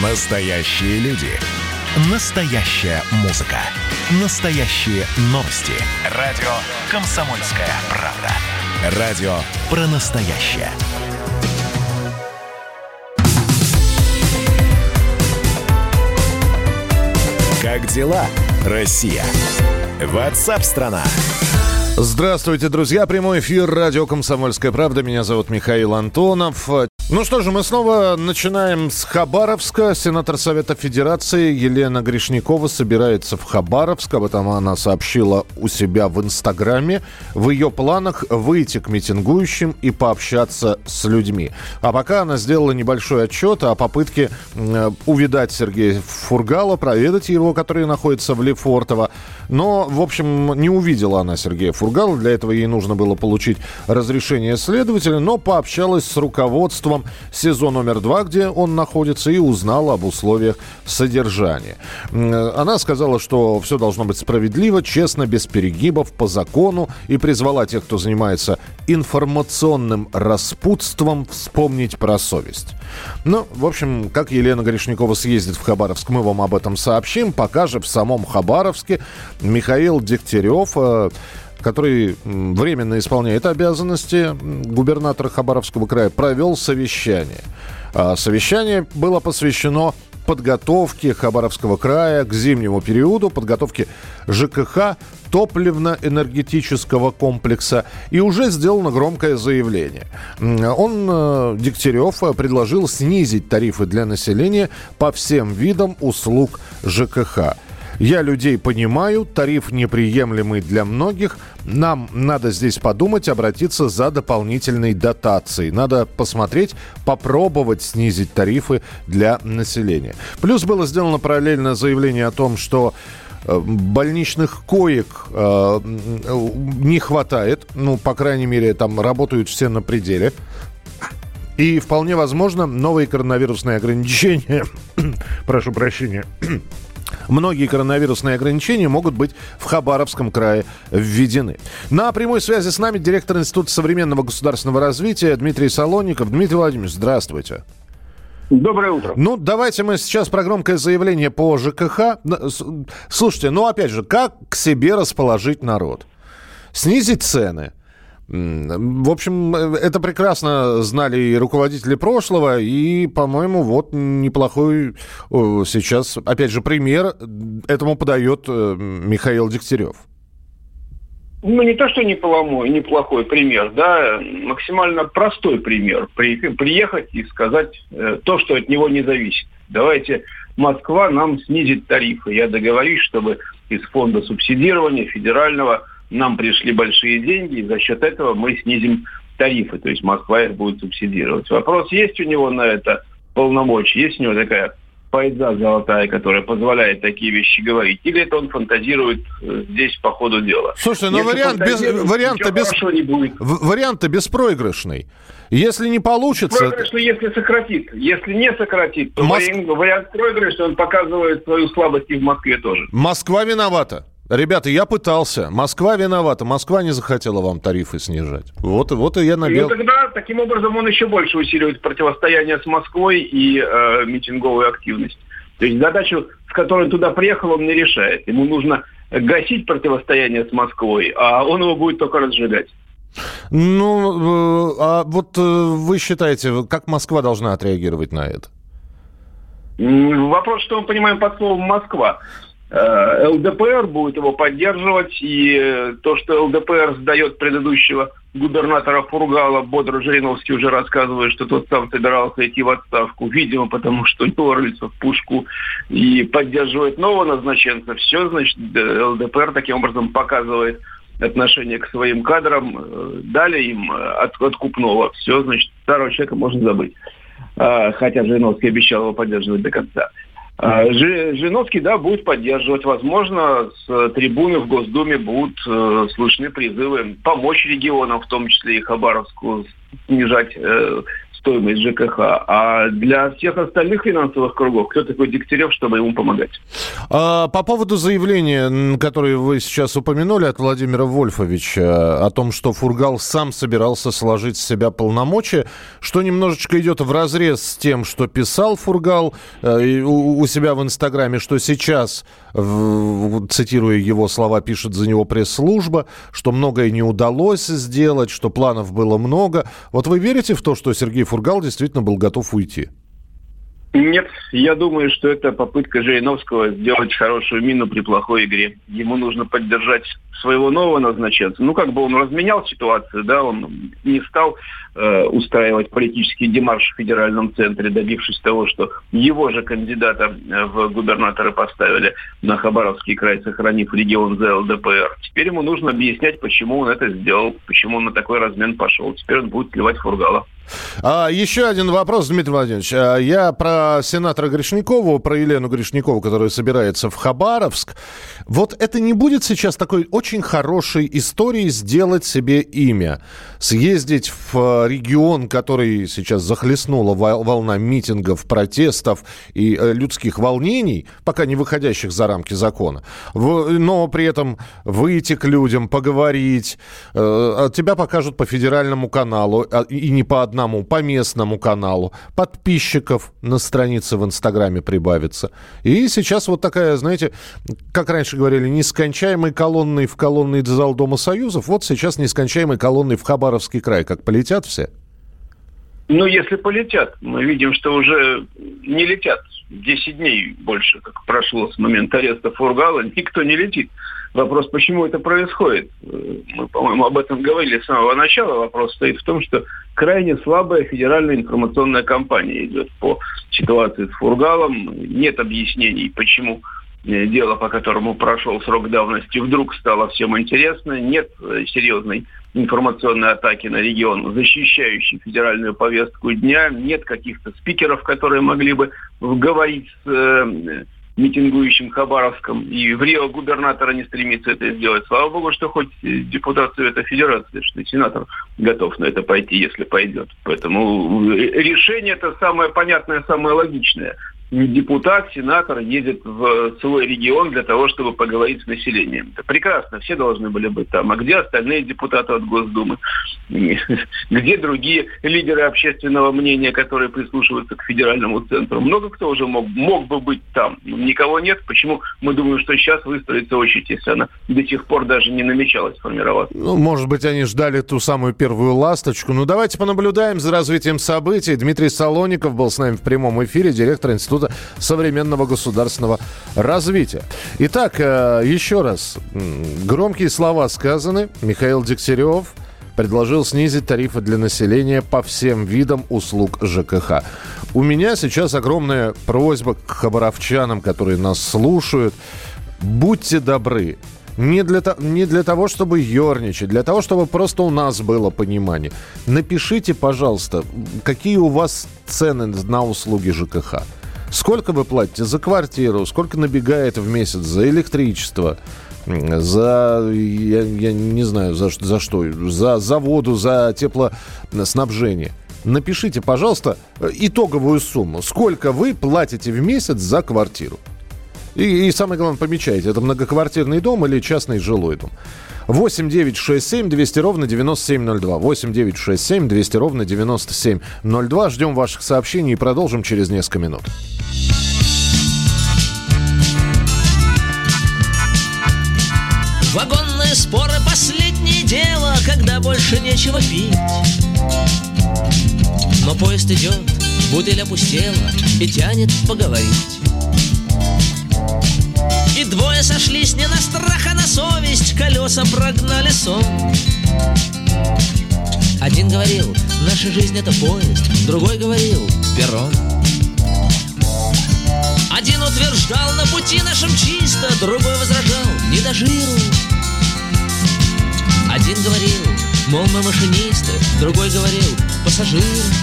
Настоящие люди. Настоящая музыка. Настоящие новости. Радио «Комсомольская правда». Радио про настоящее. Как дела, Россия? WhatsApp-страна. Здравствуйте, друзья. Прямой эфир радио «Комсомольская правда». Меня зовут Михаил Антонов. Ну что же, мы снова начинаем с Хабаровска. Сенатор Совета Федерации Елена Гришнякова собирается в Хабаровск. Об этом она сообщила у себя в Инстаграме. В ее планах выйти к митингующим и пообщаться с людьми. А пока она сделала небольшой отчет о попытке увидать Сергея Фургала, проведать его, который находится в Лефортово. Но, в общем, не увидела она Сергея Фургала. Для этого ей нужно было получить разрешение следователя, но пообщалась с руководством СИЗО номер 2, где он находится, и узнала об условиях содержания. Она сказала, что все должно быть справедливо, честно, без перегибов, по закону, и призвала тех, кто занимается информационным распутством, вспомнить про совесть. Ну, в общем, как Елена Гришнякова съездит в Хабаровск, мы вам об этом сообщим. Пока же в самом Хабаровске Михаил Дегтярев, который временно исполняет обязанности губернатора Хабаровского края, провел совещание. Совещание было посвящено подготовке Хабаровского края к зимнему периоду, подготовке ЖКХ, топливно-энергетического комплекса, и уже сделано громкое заявление. Он, Дегтярев, предложил снизить тарифы для населения по всем видам услуг ЖКХ. Я людей понимаю, тариф неприемлемый для многих. Нам надо здесь подумать, обратиться за дополнительной дотацией. Надо посмотреть, попробовать снизить тарифы для населения. Плюс было сделано параллельно заявление о том, что больничных коек не хватает. Ну, по крайней мере, там работают все на пределе. И вполне возможно, новые коронавирусные ограничения... Прошу прощения... Многие коронавирусные ограничения могут быть в Хабаровском крае введены. На прямой связи с нами директор Института современного государственного развития Дмитрий Солонников. Дмитрий Владимирович, здравствуйте. Доброе утро. Ну, давайте мы сейчас про громкое заявление по ЖКХ. Слушайте, ну, опять же, как к себе расположить народ? Снизить цены? В общем, это прекрасно знали и руководители прошлого, и, по-моему, вот неплохой сейчас, опять же, пример этому подает Михаил Дегтярев. Ну, не то, что неплохой пример, да, максимально простой пример. Приехать и сказать то, что от него не зависит. Давайте Москва нам снизит тарифы. Я договорюсь, чтобы из фонда субсидирования федерального нам пришли большие деньги, и за счет этого мы снизим тарифы. То есть Москва их будет субсидировать. Вопрос, есть у него на это полномочия? Есть у него такая пайда золотая, которая позволяет такие вещи говорить? Или это он фантазирует здесь по ходу дела? Слушай, ну вариант-то беспроигрышный. Если не получится... Проигрышный, если сократит. Если не сократит, то вариант проигрышный, он показывает свою слабость и в Москве тоже. Москва виновата. Ребята, я пытался. Москва виновата. Москва не захотела вам тарифы снижать. Вот и я набил. Ну тогда, таким образом, он еще больше усиливает противостояние с Москвой и митинговую активность. То есть задачу, с которой он туда приехал, он не решает. Ему нужно гасить противостояние с Москвой, а он его будет только разжигать. Ну, а вот вы считаете, как Москва должна отреагировать на это? Вопрос, что мы понимаем под словом «Москва». ЛДПР будет его поддерживать, и то, что ЛДПР сдает предыдущего губернатора Фургала, бодро Жириновский уже рассказывает, что тот сам собирался идти в отставку, видимо, потому что торгается в пушку и поддерживает нового назначенца. Все, значит, ЛДПР таким образом показывает отношение к своим кадрам, дали им откупного. Все, значит, старого человека можно забыть. Хотя Жириновский обещал его поддерживать до конца. Жириновский, да, будет поддерживать. Возможно, с трибуны в Госдуме будут слышны призывы помочь регионам, в том числе и Хабаровску, снижать стоимость ЖКХ. А для всех остальных финансовых кругов кто такой Дегтярев, чтобы ему помогать? По поводу заявления, которое вы сейчас упомянули от Владимира Вольфовича, о том, что Фургал сам собирался сложить с себя полномочия, что немножечко идет вразрез с тем, что писал Фургал у себя в Инстаграме, что сейчас, цитируя его слова, пишет за него пресс-служба, что многое не удалось сделать, что планов было много. Вот вы верите в то, что Сергей Фургал действительно был готов уйти? Нет, я думаю, что это попытка Жириновского сделать хорошую мину при плохой игре. Ему нужно поддержать своего нового назначенца. Как бы он разменял ситуацию, да, он не стал устраивать политический демарш в федеральном центре, добившись того, что его же кандидата в губернаторы поставили на Хабаровский край, сохранив регион за ЛДПР. Теперь ему нужно объяснять, почему он это сделал, почему он на такой размен пошел. Теперь он будет сливать Фургала. Еще один вопрос, Дмитрий Владимирович. Я про сенатора Гришнякову, про Елену Гришнякову, которая собирается в Хабаровск. Вот это не будет сейчас такой очень хорошей историей сделать себе имя? Съездить в регион, который сейчас захлестнула волна митингов, протестов и людских волнений, пока не выходящих за рамки закона, но при этом выйти к людям, поговорить. Тебя покажут по федеральному каналу, и не по одному, по местному каналу. Подписчиков на странице в Инстаграме прибавится. И сейчас вот такая, знаете, как раньше говорили, нескончаемой колонной в колонный зал Дома Союзов, вот сейчас нескончаемой колонной в Хабаровский край. Как полетят все? Если полетят. Мы видим, что уже не летят. 10 дней больше, как прошло с момента ареста Фургала, никто не летит. Вопрос, почему это происходит? Мы, по-моему, об этом говорили с самого начала. Вопрос стоит в том, что крайне слабая федеральная информационная кампания идет по ситуации с Фургалом. Нет объяснений, почему дело, по которому прошел срок давности, вдруг стало всем интересно. Нет серьезной информационной атаки на регион, защищающей федеральную повестку дня. Нет каких-то спикеров, которые могли бы говорить с митингующим Хабаровском. И в Рио губернатора не стремится это сделать. Слава богу, что хоть депутат Совета Федерации, что и сенатор готов на это пойти, если пойдет. Поэтому решение это самое понятное, самое логичное. Депутат, сенатор едет в свой регион для того, чтобы поговорить с населением. Это прекрасно, все должны были быть там. А где остальные депутаты от Госдумы? Где другие лидеры общественного мнения, которые прислушиваются к федеральному центру? Много кто уже мог бы быть там. Никого нет. Почему мы думаем, что сейчас выстроится очередь, если она до сих пор даже не намечалась формироваться? Может быть, они ждали ту самую первую ласточку. Давайте понаблюдаем за развитием событий. Дмитрий Солоников был с нами в прямом эфире, директор Института современного государственного развития. Итак, еще раз. Громкие слова сказаны. Михаил Дегтярев предложил снизить тарифы для населения по всем видам услуг ЖКХ. У меня сейчас огромная просьба к хабаровчанам, которые нас слушают. Будьте добры. Не для того, чтобы ерничать, для того, чтобы просто у нас было понимание. Напишите, пожалуйста, какие у вас цены на услуги ЖКХ. Сколько вы платите за квартиру, сколько набегает в месяц за электричество, за, я не знаю, за что, за воду, за теплоснабжение. Напишите, пожалуйста, итоговую сумму. Сколько вы платите в месяц за квартиру? И самое главное, помечайте, это многоквартирный дом или частный жилой дом. 8 9 6 7 200 ровно 9702. 8 9 6 7 200 ровно 9702. Ждем ваших сообщений и продолжим через несколько минут. Вагонные споры — последнее дело, когда больше нечего пить. Но поезд идет, бутыль опустела и тянет поговорить. И двое сошлись не на страх, а на совесть, колеса прогнали сон. Один говорил: наша жизнь — это поезд, другой говорил: перрон. Один утверждал: на пути нашем чисто, другой возражал: не дожируй. Один говорил: мол, мы машинисты, другой говорил: пассажиры.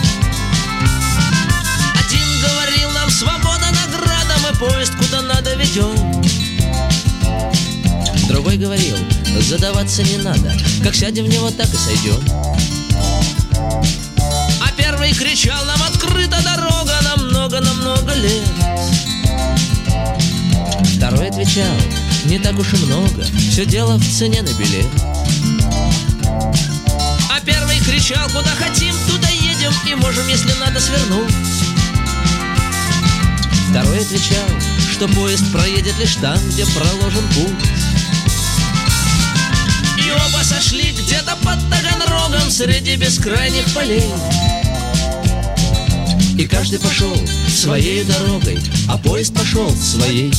Один говорил: нам свобода награда, мы поезд куда надо ведем. Другой говорил: задаваться не надо, как сядем в него, так и сойдем. А первый первый кричал: нам открыта дорога на много лет. Второй отвечал: не так уж и много, все дело в цене на билет. А первый кричал: куда хотим, туда едем, и можем, если надо, свернуть. Второй отвечал, что поезд проедет лишь там, где проложен путь. И оба сошли где-то под Таганрогом среди бескрайних полей. И каждый пошел своей дорогой, а поезд пошел своей.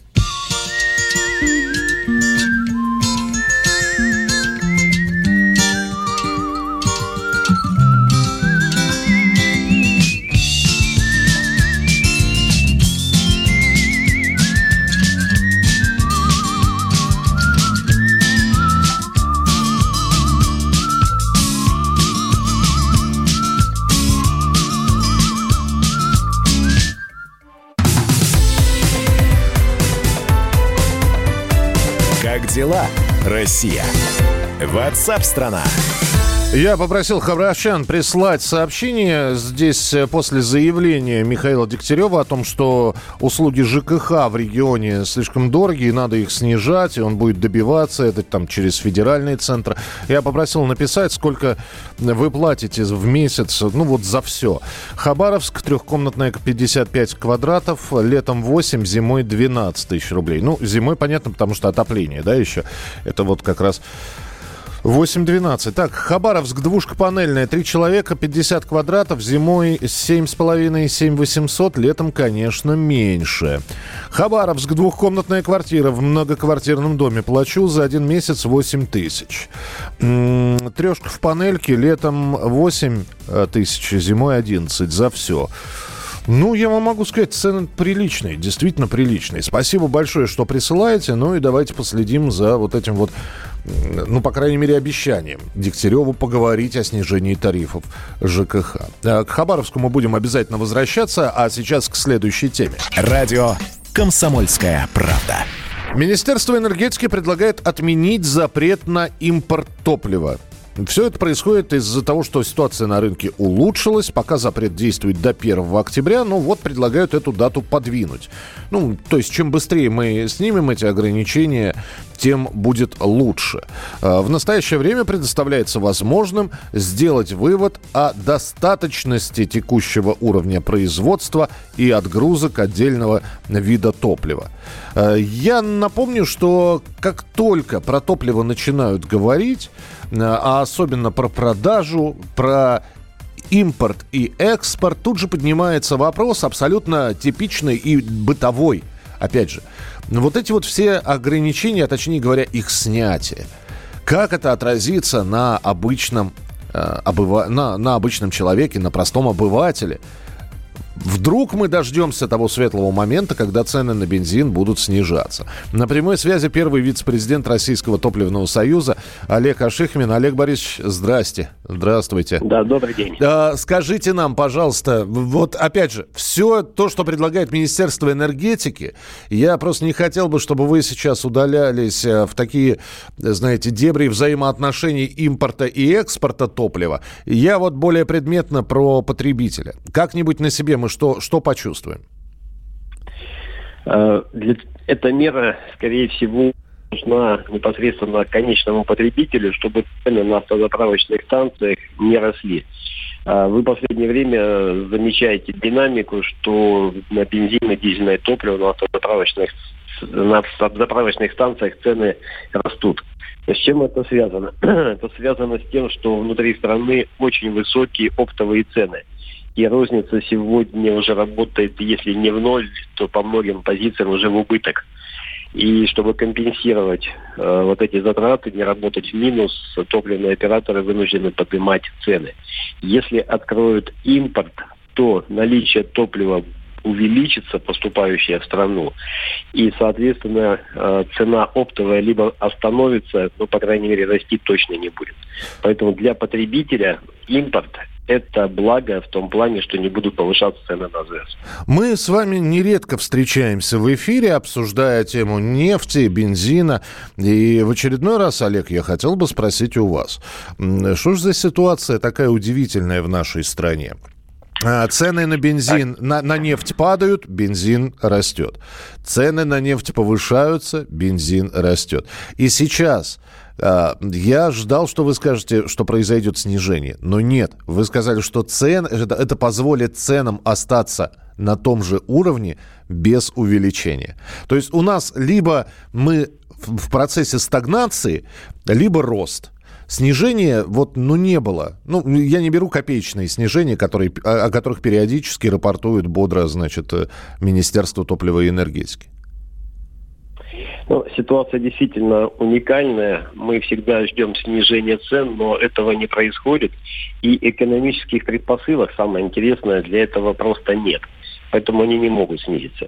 Как дела, Россия? WhatsApp-страна. Я попросил хабаровчан прислать сообщение здесь после заявления Михаила Дегтярева о том, что услуги ЖКХ в регионе слишком дорогие, и надо их снижать, и он будет добиваться это там через федеральные центры. Я попросил написать, сколько вы платите в месяц, ну вот за все. Хабаровск, трехкомнатная 55 квадратов, летом 8, зимой 12 тысяч рублей. Ну, зимой понятно, потому что отопление, да, еще. Это вот как раз... 8-12. Так, Хабаровск, двушка панельная, 3 человека, 50 квадратов, зимой 7,5-7 800, летом, конечно, меньше. Хабаровск, двухкомнатная квартира в многоквартирном доме, плачу за 1 месяц 8 тысяч. Трешка в панельке, летом 8 тысяч, зимой 11, за все. Ну, я вам могу сказать, цены приличные, действительно приличные. Спасибо большое, что присылаете. Ну и давайте последим за вот этим вот, ну, по крайней мере, обещанием Дегтяреву поговорить о снижении тарифов ЖКХ. К Хабаровску мы будем обязательно возвращаться, а сейчас к следующей теме. Радио «Комсомольская правда». Министерство энергетики предлагает отменить запрет на импорт топлива. Все это происходит из-за того, что ситуация на рынке улучшилась. Пока запрет действует до 1 октября, ну вот предлагают эту дату подвинуть. Ну, то есть, чем быстрее мы снимем эти ограничения, тем будет лучше. В настоящее время предоставляется возможным сделать вывод о достаточности текущего уровня производства и отгрузок отдельного вида топлива. Я напомню, что как только про топливо начинают говорить, а особенно про продажу, про импорт и экспорт, тут же поднимается вопрос абсолютно типичный и бытовой. Опять же, вот эти вот все ограничения, а точнее говоря, их снятие. Как это отразится на обычном, на обычном человеке, на простом обывателе? Вдруг мы дождемся того светлого момента, когда цены на бензин будут снижаться. На прямой связи первый вице-президент Российского топливного союза Олег Ашихмин. Олег Борисович, здрасте. Здравствуйте. Да, добрый день. Скажите нам, пожалуйста, вот опять же, все то, что предлагает Министерство энергетики, я просто не хотел бы, чтобы вы сейчас удалялись в такие, знаете, дебри взаимоотношений импорта и экспорта топлива. Я вот более предметно про потребителя. Как-нибудь на себе мы что почувствуем? Эта мера, скорее всего, нужна непосредственно конечному потребителю, чтобы цены на автозаправочных станциях не росли. Вы в последнее время замечаете динамику, что на бензин и дизельное топливо на автозаправочных станциях цены растут. С чем это связано? Это связано с тем, что внутри страны очень высокие оптовые цены. И розница сегодня уже работает, если не в ноль, то по многим позициям уже в убыток. И чтобы компенсировать вот эти затраты, не работать в минус, топливные операторы вынуждены поднимать цены. Если откроют импорт, то наличие топлива увеличится, поступающее в страну, и, соответственно, цена оптовая либо остановится, но, по крайней мере, расти точно не будет. Поэтому для потребителя импорт – это благо в том плане, что не будут повышаться цены на ЗЭС. Мы с вами нередко встречаемся в эфире, обсуждая тему нефти, бензина. И в очередной раз, Олег, я хотел бы спросить у вас, что же за ситуация такая удивительная в нашей стране? Цены на бензин, на нефть падают, бензин растет. Цены на нефть повышаются, бензин растет. И сейчас я ждал, что вы скажете, что произойдет снижение. Но нет, вы сказали, что это позволит ценам остаться на том же уровне без увеличения. То есть у нас либо мы в процессе стагнации, либо рост. Снижения не было. Я не беру копеечные снижения, о которых периодически рапортует бодро, Министерство топлива и энергетики. Ситуация действительно уникальная. Мы всегда ждем снижения цен, но этого не происходит. И экономических предпосылок, самое интересное, для этого просто нет. Поэтому они не могут снизиться.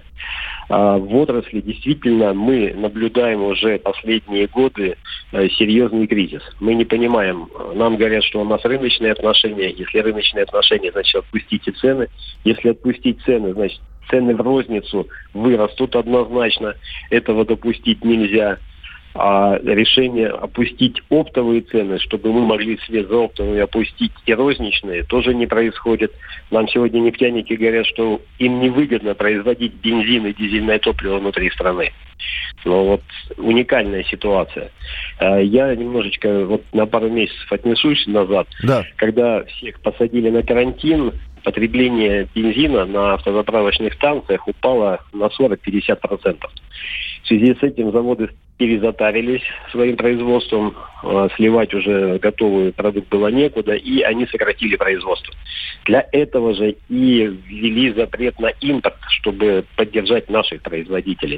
В отрасли действительно мы наблюдаем уже последние годы серьезный кризис. Мы не понимаем, нам говорят, что у нас рыночные отношения. Если рыночные отношения, значит отпустите цены. Если отпустить цены, значит цены в розницу вырастут однозначно. Этого допустить нельзя. А решение опустить оптовые цены, чтобы мы могли вслед за оптовыми опустить и розничные, тоже не происходит. Нам сегодня нефтяники говорят, что им невыгодно производить бензин и дизельное топливо внутри страны. Но уникальная ситуация. Я немножечко на пару месяцев отнесусь назад, когда всех посадили на карантин. Потребление бензина на автозаправочных станциях упало на 40-50%. В связи с этим заводы перезатарились своим производством, сливать уже готовый продукт было некуда, и они сократили производство. Для этого же и ввели запрет на импорт, чтобы поддержать наших производителей.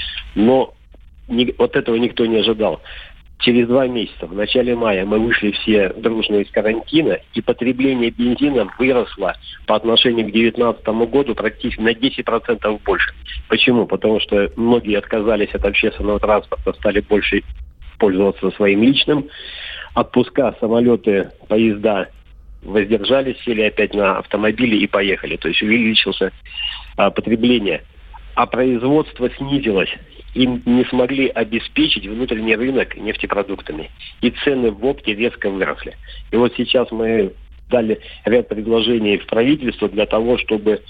Но этого никто не ожидал. Через 2 месяца, в начале мая, мы вышли все дружно из карантина, и потребление бензина выросло по отношению к 2019 году практически на 10% больше. Почему? Потому что многие отказались от общественного транспорта, стали больше пользоваться своим личным. Отпуска, самолеты, поезда воздержались, сели опять на автомобили и поехали. То есть увеличился потребление. А производство снизилось. Им не смогли обеспечить внутренний рынок нефтепродуктами. И цены в опте резко выросли. И сейчас мы дали ряд предложений в правительство для того, чтобы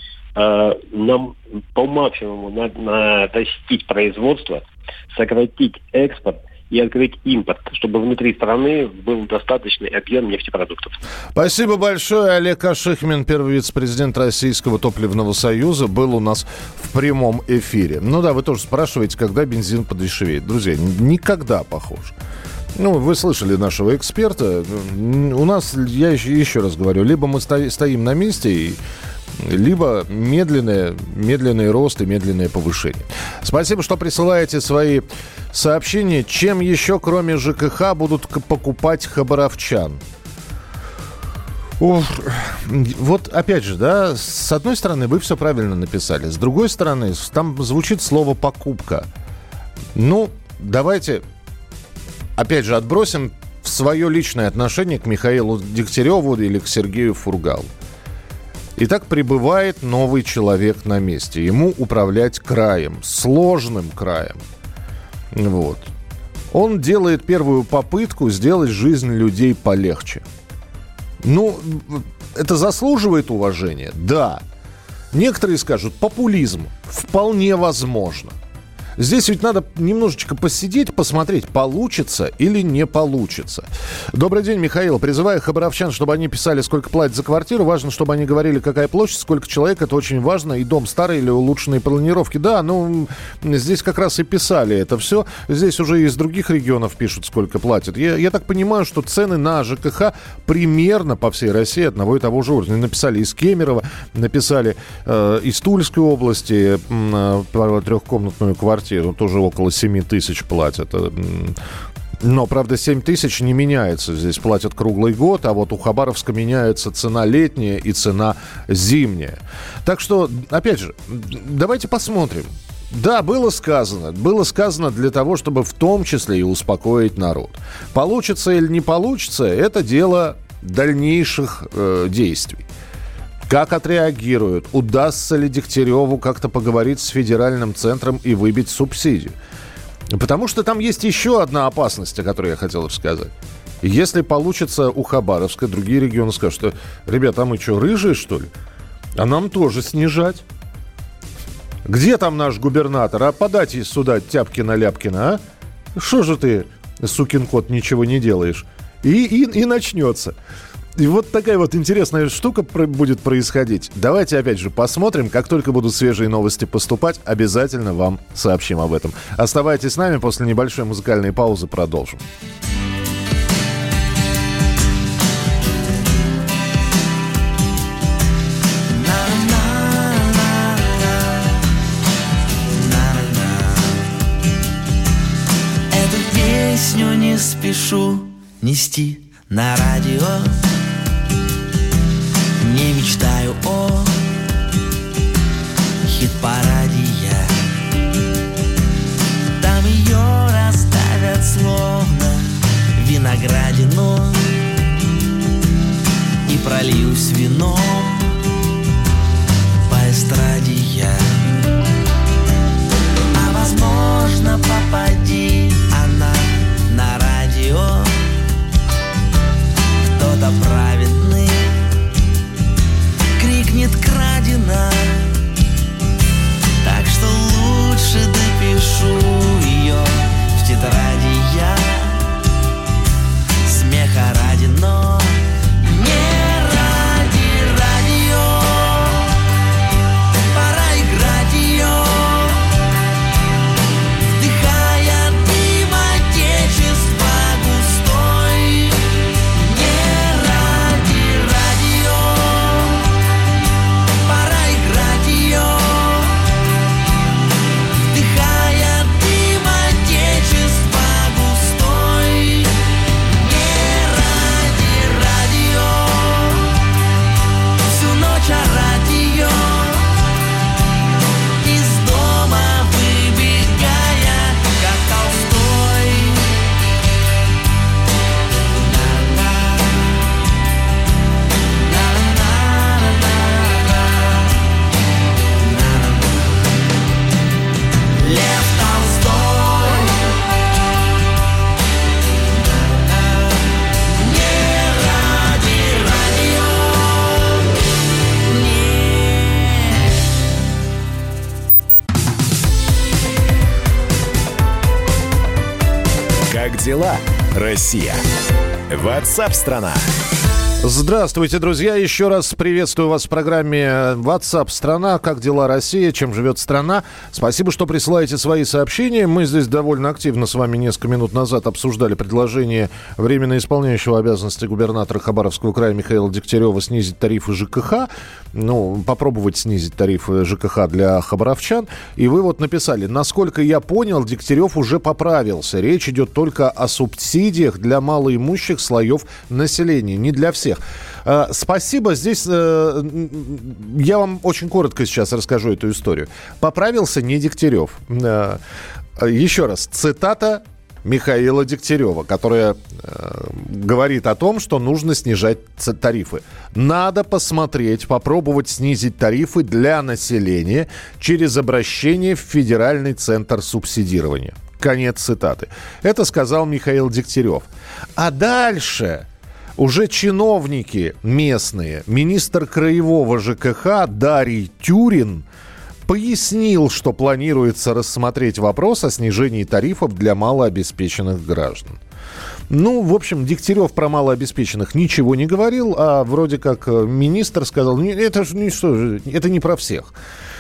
нам по максимуму достичь производства, сократить экспорт и открыть импорт, чтобы внутри страны был достаточный объем нефтепродуктов. Спасибо большое. Олег Ашихмин, первый вице-президент Российского топливного союза, был у нас в прямом эфире. Вы тоже спрашиваете, когда бензин подешевеет. Друзья, никогда, похоже. Вы слышали нашего эксперта. У нас, я еще раз говорю, либо мы стоим на месте, либо медленный рост и медленное повышение. Спасибо, что присылаете свои сообщения. Чем еще, кроме ЖКХ, будут покупать хабаровчан? Опять же, с одной стороны, вы все правильно написали. С другой стороны, там звучит слово «покупка». Давайте, опять же, отбросим свое личное отношение к Михаилу Дегтяреву или к Сергею Фургалу. Итак, прибывает новый человек на месте. Ему управлять краем, сложным краем. Он делает первую попытку сделать жизнь людей полегче. Это заслуживает уважения? Да. Некоторые скажут, популизм. Вполне возможно. Здесь ведь надо немножечко посидеть, посмотреть, получится или не получится. Добрый день, Михаил. Призываю хабаровчан, чтобы они писали, сколько платят за квартиру. Важно, чтобы они говорили, какая площадь, сколько человек. Это очень важно. И дом старый или улучшенные планировки. Да, здесь как раз и писали это все. Здесь уже из других регионов пишут, сколько платят. Я так понимаю, что цены на ЖКХ примерно по всей России одного и того же уровня. Написали из Кемерово, написали из Тульской области трехкомнатную квартиру. Тоже около 7 тысяч платят. Но, правда, 7 тысяч не меняется. Здесь платят круглый год, а у Хабаровска меняется цена летняя и цена зимняя. Так что, опять же, давайте посмотрим. Да, было сказано для того, чтобы в том числе и успокоить народ. Получится или не получится, это дело дальнейших действий. Как отреагируют? Удастся ли Дегтяреву как-то поговорить с федеральным центром и выбить субсидию? Потому что там есть еще одна опасность, о которой я хотел сказать. Если получится у Хабаровска, другие регионы скажут, что, ребята, а мы что, рыжие, что ли? А нам тоже снижать. Где там наш губернатор? А подать сюда Тяпкина-Ляпкина, а? Что же ты, сукин кот, ничего не делаешь? И начнется. И вот такая вот интересная штука будет происходить. Давайте опять же посмотрим. Как только будут свежие новости поступать, обязательно вам сообщим об этом. Оставайтесь с нами, после небольшой музыкальной паузы продолжим. Эту песню не спешу нести на радио. Не мечтаю о хит-параде я. Там ее расставят словно виноградину и прольюсь вином по эстраде я. А возможно, попади она на радио, кто-то праведный крикнет «крадена», так что лучше допишу ее в тетради я. Смеха ради, но не ради радио. Пора играть ее, вдыхая дым отечества густой. Не ради радио. Пора играть ее, вдыхая дым отечества густой. Не ради радио, всю ночь орать ее, из дома выбегая, как Толстой. Лев Толстой. Не ради радио. Нет. Как дела, Россия? WhatsApp-страна. Здравствуйте, друзья. Еще раз приветствую вас в программе WhatsApp страна. Как дела, Россия? Чем живет страна? Спасибо, что присылаете свои сообщения. Мы здесь довольно активно с вами несколько минут назад обсуждали предложение временно исполняющего обязанности губернатора Хабаровского края Михаила Дегтярева снизить тарифы ЖКХ. Попробовать снизить тарифы ЖКХ для хабаровчан. И вы вот написали: насколько я понял, Дегтярев уже поправился. Речь идет только о субсидиях для малоимущих слоев населения, не для всех. Спасибо. Здесь я вам очень коротко сейчас расскажу эту историю. Поправился не Дегтярев. Еще раз, цитата Михаила Дегтярева, которая говорит о том, что нужно снижать тарифы. Надо посмотреть, попробовать снизить тарифы для населения через обращение в Федеральный центр субсидирования. Конец цитаты. Это сказал Михаил Дегтярев. А дальше уже чиновники местные, министр краевого ЖКХ Дарий Тюрин пояснил, что планируется рассмотреть вопрос о снижении тарифов для малообеспеченных граждан. В общем, Дегтярев про малообеспеченных ничего не говорил, а вроде как министр сказал: это не про всех.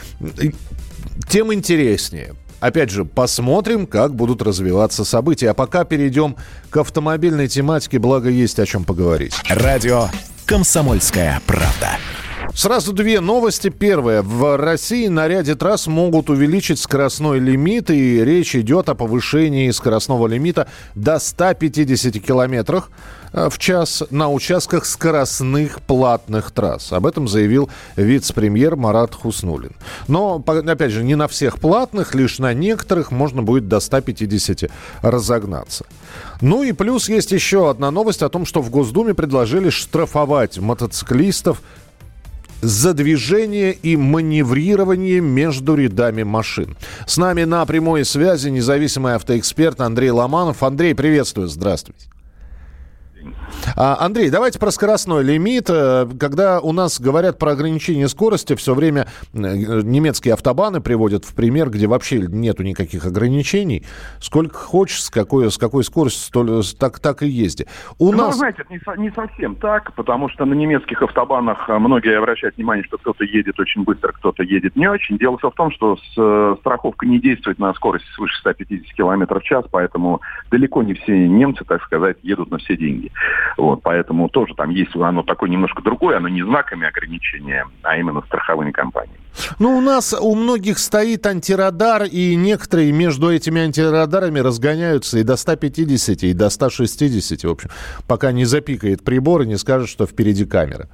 Тем интереснее. Опять же, посмотрим, как будут развиваться события. А пока перейдем к автомобильной тематике, благо есть о чем поговорить. Радио «Комсомольская правда». Сразу две новости. Первая. В России на ряде трасс могут увеличить скоростной лимит, и речь идет о повышении скоростного лимита до 150 километров в час на участках скоростных платных трасс. Об этом заявил вице-премьер Марат Хуснуллин. Но, опять же, не на всех платных, лишь на некоторых можно будет до 150 разогнаться. И плюс есть еще одна новость о том, что в Госдуме предложили штрафовать мотоциклистов за движение и маневрирование между рядами машин. С нами на прямой связи независимый автоэксперт Андрей Ломанов. Андрей, приветствую, здравствуйте. Андрей, давайте про скоростной лимит. Когда у нас говорят про ограничение скорости, все время немецкие автобаны приводят в пример, где вообще нету никаких ограничений. Сколько хочешь, с какой скоростью, так и езди. Вы знаете, это не совсем так, потому что на немецких автобанах многие обращают внимание, что кто-то едет очень быстро, кто-то едет не очень. Дело все в том, что страховка не действует на скорость свыше 150 км в час, поэтому далеко не все немцы, так сказать, едут на все деньги. Вот, поэтому тоже там есть оно такое немножко другое, оно не знаками ограничения, а именно страховыми компаниями. Ну, у нас у многих стоит антирадар, и некоторые между этими антирадарами разгоняются и до 150, и до 160, в общем, пока не запикает прибор и не скажет, что впереди камера.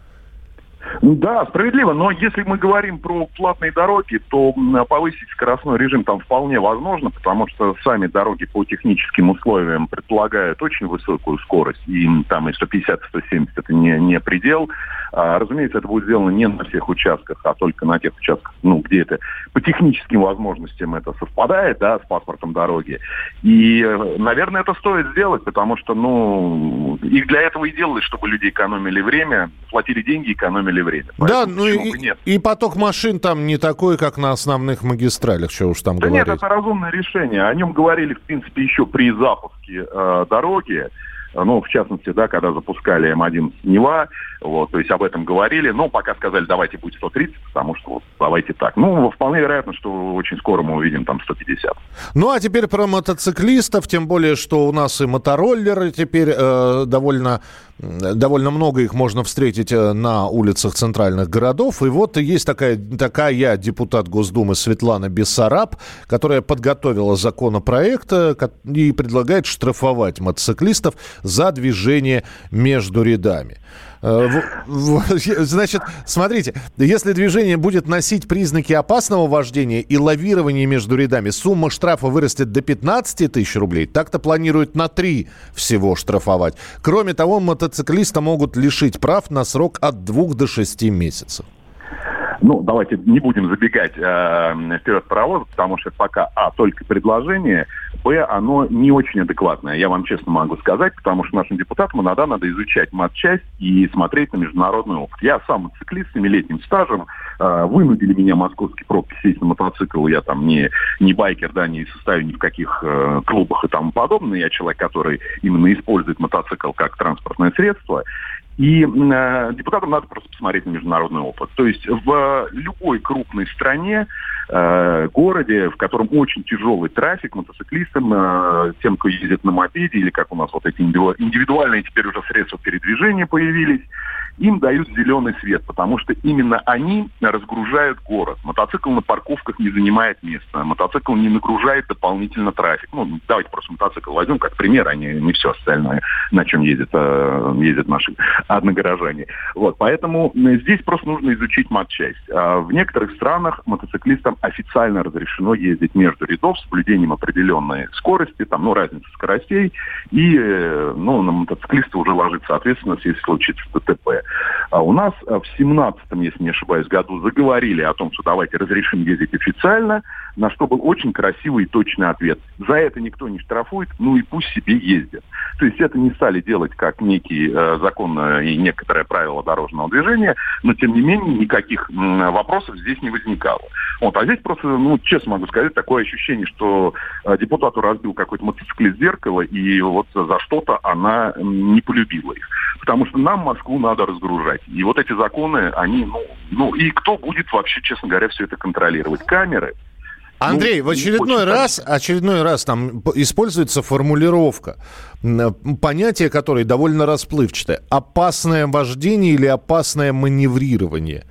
Да, справедливо, но если мы говорим про платные дороги, то повысить скоростной режим там вполне возможно, потому что сами дороги по техническим условиям предполагают очень высокую скорость, и там и 150, и 170 это не предел. Разумеется, это будет сделано не на всех участках, а только на тех участках, где это по техническим возможностям это совпадает, да, с паспортом дороги. И, наверное, это стоит сделать, потому что, их для этого и делают, чтобы люди экономили время, платили деньги, экономили время. Поэтому, да, и поток машин там не такой, как на основных магистралях, что уж там говорить. Да нет, это разумное решение. О нем говорили, в принципе, еще при запуске дороги. В частности, да, когда запускали М1 Нева, то есть об этом говорили, но пока сказали, давайте будет 130, потому что давайте так. Вполне вероятно, что очень скоро мы увидим там 150. А теперь про мотоциклистов, тем более, что у нас и мотороллеры теперь довольно много их можно встретить на улицах центральных городов. И вот есть такая депутат Госдумы Светлана Бессараб, которая подготовила законопроект и предлагает штрафовать мотоциклистов за движение между рядами. Значит, смотрите, если движение будет носить признаки опасного вождения и лавирования между рядами, сумма штрафа вырастет до 15 тысяч рублей. Так-то планируют на 3 всего штрафовать. Кроме того, мотоциклиста могут лишить прав на срок от 2 до 6 месяцев. Давайте не будем забегать вперед паровоза, потому что пока, только предложение, оно не очень адекватное, я вам честно могу сказать, потому что нашим депутатам иногда надо изучать матчасть и смотреть на международный опыт. Я сам мотоциклист с 7-летним стажем, вынудили меня московские пробки сесть на мотоцикл, я там не байкер, да, не состою ни в каких клубах и тому подобное, я человек, который именно использует мотоцикл как транспортное средство. И депутатам надо просто посмотреть на международный опыт. То есть в любой крупной стране, городе, в котором очень тяжелый трафик, мотоциклистам, тем, кто ездит на мопеде, или как у нас вот эти индивидуальные теперь уже средства передвижения появились, им дают зеленый свет, потому что именно они разгружают город. Мотоцикл на парковках не занимает места, мотоцикл не нагружает дополнительно трафик. Давайте просто мотоцикл возьмем как пример, а не все остальное, на чем ездят наши одногорожане. Поэтому здесь просто нужно изучить матчасть. В некоторых странах мотоциклистам официально разрешено ездить между рядов с соблюдением определенной скорости, разницы скоростей, и на мотоциклиста уже ложится ответственность, если случится ДТП. А у нас в 17-м, если не ошибаюсь, году заговорили о том, что давайте разрешим ездить официально, на что был очень красивый и точный ответ. За это никто не штрафует, и пусть себе ездят. То есть это не стали делать как некий закон и некоторое правило дорожного движения, но тем не менее никаких вопросов здесь не возникало. А здесь просто, честно могу сказать, такое ощущение, что депутату разбил какой-то мотоциклист зеркало, и за что-то она не полюбила их. Потому что нам Москву надо разгружать. И эти законы, они, и кто будет вообще, честно говоря, все это контролировать? Камеры? Андрей, в очередной раз там используется формулировка, понятие которой довольно расплывчатое. Опасное вождение или опасное маневрирование.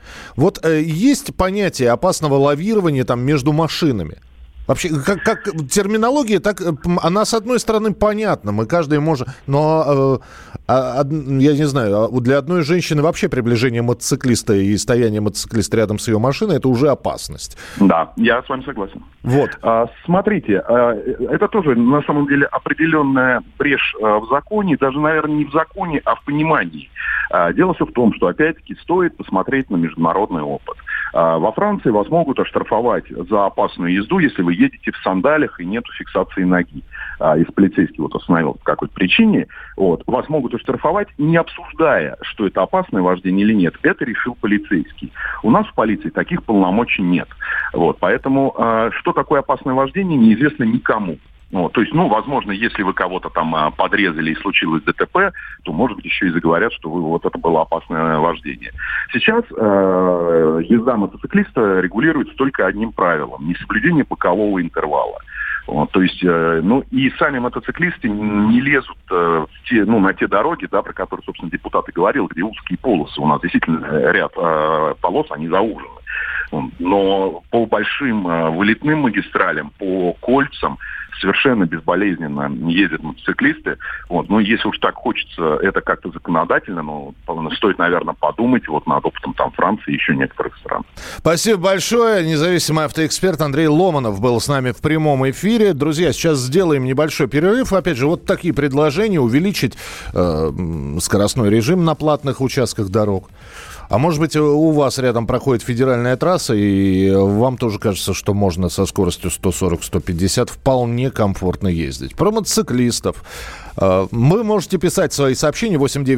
Есть понятие опасного лавирования там между машинами. Вообще, как терминология, так она, с одной стороны, понятна, мы каждый может... Но, я не знаю, для одной женщины вообще приближение мотоциклиста и стояние мотоциклиста рядом с ее машиной – это уже опасность. Да, я с вами согласен. Смотрите, это тоже, на самом деле, определенная брешь в законе, даже, наверное, не в законе, а в понимании. Дело все в том, что, опять-таки, стоит посмотреть на международный опыт. Во Франции вас могут оштрафовать за опасную езду, если вы едете в сандалях и нету фиксации ноги. если полицейский вот остановил по какой-то причине, вот, вас могут оштрафовать, не обсуждая, что это опасное вождение или нет. Это решил полицейский. У нас в полиции таких полномочий нет. Вот, поэтому что такое опасное вождение, неизвестно никому. Вот, то есть, возможно, если вы кого-то там подрезали и случилось ДТП, то, может быть, еще и заговорят, что вот это было опасное вождение. Сейчас езда мотоциклиста регулируется только одним правилом – несоблюдение бокового интервала. Вот, то есть, и сами мотоциклисты не лезут на те дороги, да, про которые, собственно, депутаты говорил, где узкие полосы. У нас действительно ряд полос, они заужены. Но по большим вылетным магистралям, по кольцам совершенно безболезненно ездят мотоциклисты. Вот. Но если уж так хочется это как-то законодательно, стоит, наверное, подумать над опытом Франции и еще некоторых стран. Спасибо большое. Независимый автоэксперт Андрей Ломанов был с нами в прямом эфире. Друзья, сейчас сделаем небольшой перерыв. Опять же, вот такие предложения: увеличить скоростной режим на платных участках дорог. А может быть, у вас рядом проходит федеральная трасса, и вам тоже кажется, что можно со скоростью 140-150 вполне комфортно ездить. Про мотоциклистов. Вы можете писать свои сообщения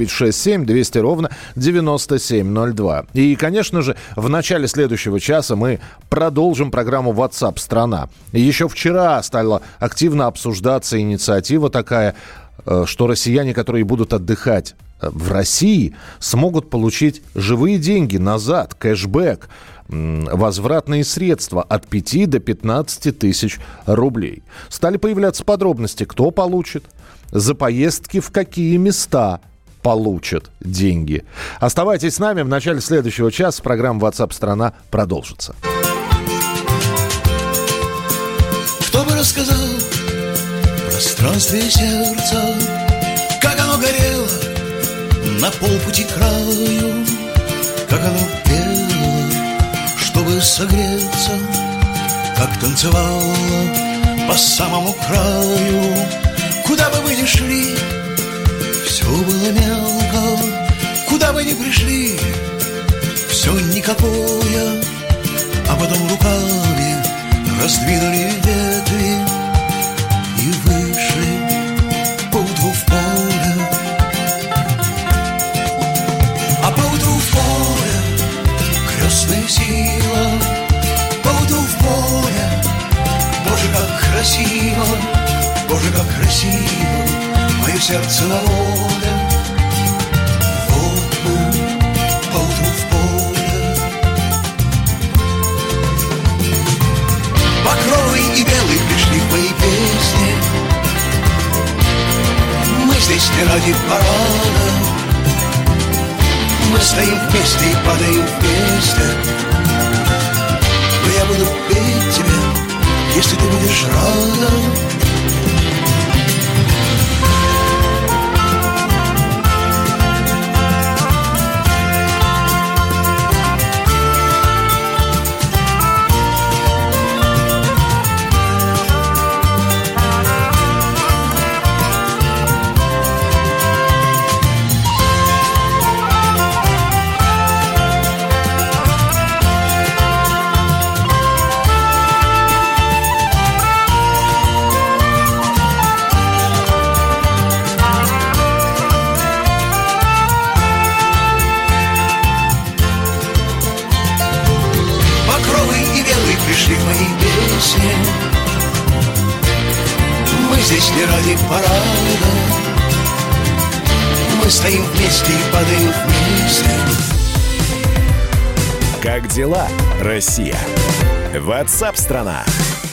8967-200-97-02. И, конечно же, в начале следующего часа мы продолжим программу WhatsApp страна. Еще вчера стала активно обсуждаться инициатива такая, что россияне, которые будут отдыхать в России, смогут получить живые деньги назад, кэшбэк, возвратные средства от 5 до 15 тысяч рублей. Стали появляться подробности, кто получит, за поездки в какие места получат деньги. Оставайтесь с нами, в начале следующего часа программа WhatsApp страна продолжится. Кто бы рассказал в пространстве сердца, как оно горело на полпути к краю, как оно пело, чтобы согреться, как танцевало по самому краю. Куда бы вы ни шли, все было мелко, куда бы ни пришли, все никакое, а потом руками раздвинули ветви и вышли поутру в поле. А поутру в поле крестная сила, поутру в поле, Боже, как красиво, Боже, как красиво мое сердце на воле. Вот мы поутру в поле. Багровый и белый пришли в мои песни. Мы здесь не ради парада, мы стоим вместе и падаем вместе. Но я буду петь тебе, если ты будешь рада. Мы здесь не ради парада, мы стоим вместе и падаем вместе. Как дела, Россия? WhatsApp страна.